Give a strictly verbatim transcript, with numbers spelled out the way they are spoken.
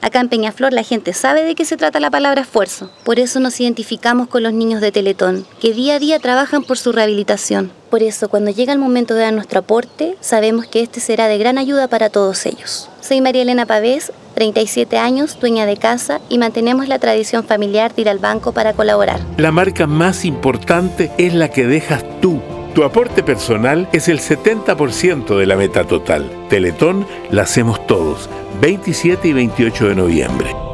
Acá en Peñaflor la gente sabe de qué se trata la palabra esfuerzo. Por eso nos identificamos con los niños de Teletón, que día a día trabajan por su rehabilitación. Por eso, cuando llega el momento de dar nuestro aporte, sabemos que este será de gran ayuda para todos ellos. Soy María Elena Pavés, treinta y siete años, dueña de casa, y mantenemos la tradición familiar de ir al banco para colaborar. La marca más importante es la que dejas tú. Tu aporte personal es el setenta por ciento de la meta total. Teletón la hacemos todos, veintisiete y veintiocho de noviembre.